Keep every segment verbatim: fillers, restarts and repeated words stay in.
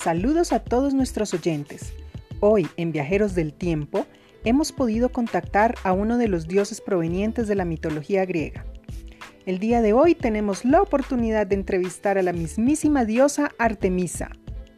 Saludos a todos nuestros oyentes. Hoy, en Viajeros del Tiempo, hemos podido contactar a uno de los dioses provenientes de la mitología griega. El día de hoy tenemos la oportunidad de entrevistar a la mismísima diosa Artemisa.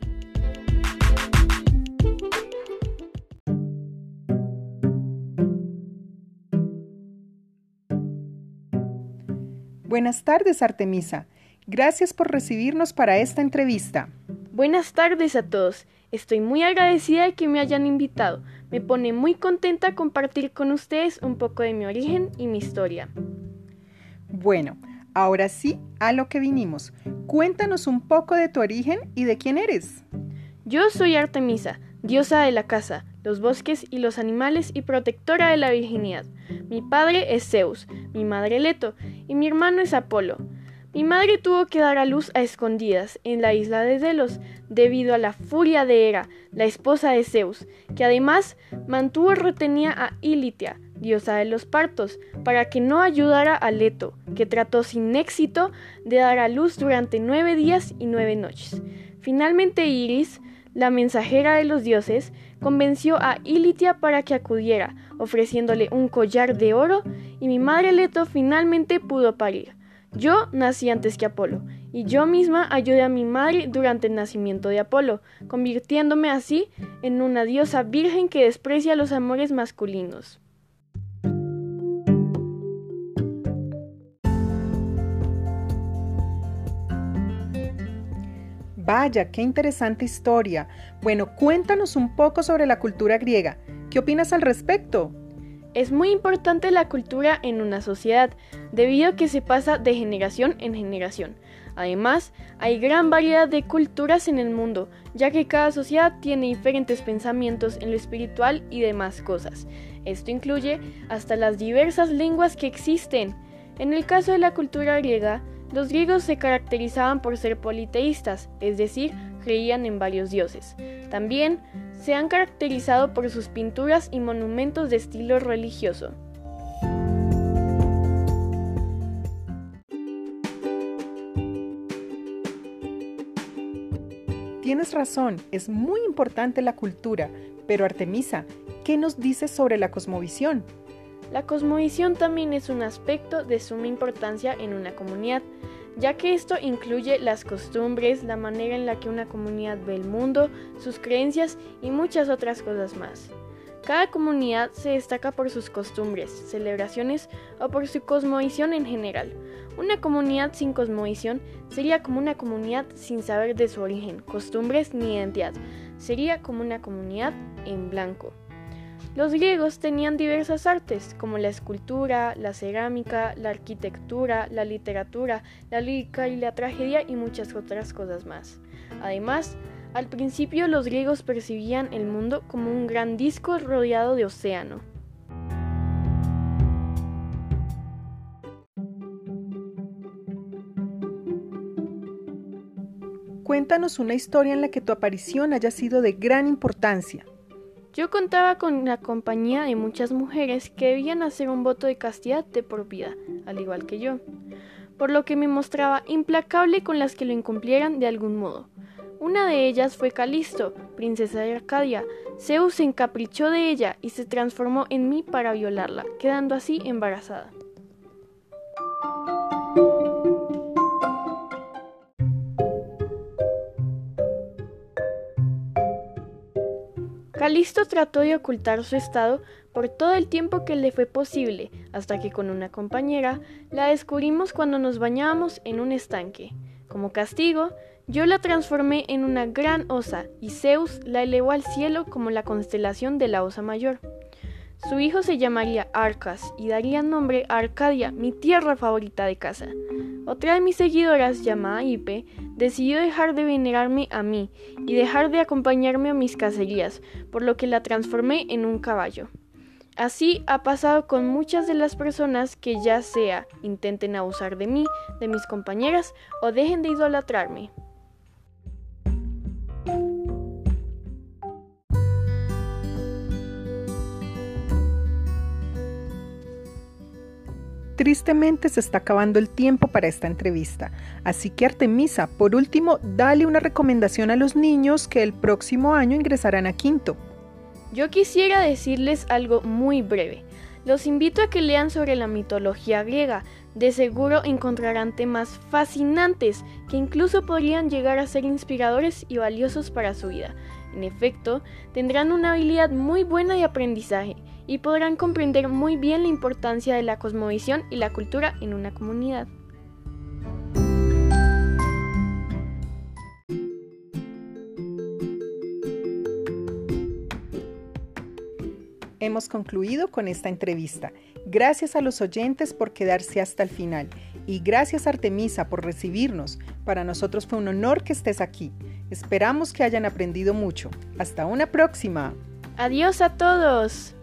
Buenas tardes, Artemisa. Gracias por recibirnos para esta entrevista. Buenas tardes a todos. Estoy muy agradecida de que me hayan invitado. Me pone muy contenta compartir con ustedes un poco de mi origen y mi historia. Bueno, ahora sí, a lo que vinimos. Cuéntanos un poco de tu origen y de quién eres. Yo soy Artemisa, diosa de la caza, los bosques y los animales y protectora de la virginidad. Mi padre es Zeus, mi madre Leto y mi hermano es Apolo. Mi madre tuvo que dar a luz a escondidas en la isla de Delos debido a la furia de Hera, la esposa de Zeus, que además mantuvo retenida a Ilitia, diosa de los partos, para que no ayudara a Leto, que trató sin éxito de dar a luz durante nueve días y nueve noches. Finalmente Iris, la mensajera de los dioses, convenció a Ilitia para que acudiera, ofreciéndole un collar de oro, y mi madre Leto finalmente pudo parir. Yo nací antes que Apolo, y yo misma ayudé a mi madre durante el nacimiento de Apolo, convirtiéndome así en una diosa virgen que desprecia los amores masculinos. Vaya, qué interesante historia. Bueno, cuéntanos un poco sobre la cultura griega. ¿Qué opinas al respecto? Es muy importante la cultura en una sociedad, debido a que se pasa de generación en generación. Además, hay gran variedad de culturas en el mundo, ya que cada sociedad tiene diferentes pensamientos en lo espiritual y demás cosas. Esto incluye hasta las diversas lenguas que existen. En el caso de la cultura griega, los griegos se caracterizaban por ser politeístas, es decir, creían en varios dioses. También se han caracterizado por sus pinturas y monumentos de estilo religioso. Tienes razón, es muy importante la cultura, pero Artemisa, ¿qué nos dices sobre la cosmovisión? La cosmovisión también es un aspecto de suma importancia en una comunidad, ya que esto incluye las costumbres, la manera en la que una comunidad ve el mundo, sus creencias y muchas otras cosas más. Cada comunidad se destaca por sus costumbres, celebraciones o por su cosmovisión en general. Una comunidad sin cosmovisión sería como una comunidad sin saber de su origen, costumbres ni identidad. Sería como una comunidad en blanco. Los griegos tenían diversas artes, como la escultura, la cerámica, la arquitectura, la literatura, la lírica y la tragedia y muchas otras cosas más. Además, al principio los griegos percibían el mundo como un gran disco rodeado de océano. Cuéntanos una historia en la que tu aparición haya sido de gran importancia. Yo contaba con la compañía de muchas mujeres que debían hacer un voto de castidad de por vida, al igual que yo, por lo que me mostraba implacable con las que lo incumplieran de algún modo. Una de ellas fue Calisto, princesa de Arcadia. Zeus se encaprichó de ella y se transformó en mí para violarla, quedando así embarazada. Calisto trató de ocultar su estado por todo el tiempo que le fue posible, hasta que con una compañera la descubrimos cuando nos bañábamos en un estanque. Como castigo, yo la transformé en una gran osa y Zeus la elevó al cielo como la constelación de la Osa Mayor. Su hijo se llamaría Arcas y daría nombre a Arcadia, mi tierra favorita de caza. Otra de mis seguidoras, llamada Hipe, decidió dejar de venerarme a mí y dejar de acompañarme a mis cacerías, por lo que la transformé en un caballo. Así ha pasado con muchas de las personas que ya sea intenten abusar de mí, de mis compañeras o dejen de idolatrarme. tristemente se está acabando el tiempo para esta entrevista. Así que Artemisa, por último, dale una recomendación a los niños que el próximo año ingresarán a quinto. Yo quisiera decirles algo muy breve. Los invito a que lean sobre la mitología griega. De seguro encontrarán temas fascinantes que incluso podrían llegar a ser inspiradores y valiosos para su vida. En efecto, tendrán una habilidad muy buena de aprendizaje y podrán comprender muy bien la importancia de la cosmovisión y la cultura en una comunidad. Hemos concluido con esta entrevista. Gracias a los oyentes por quedarse hasta el final y gracias Artemisa por recibirnos. Para nosotros fue un honor que estés aquí. Esperamos que hayan aprendido mucho. Hasta una próxima. Adiós a todos.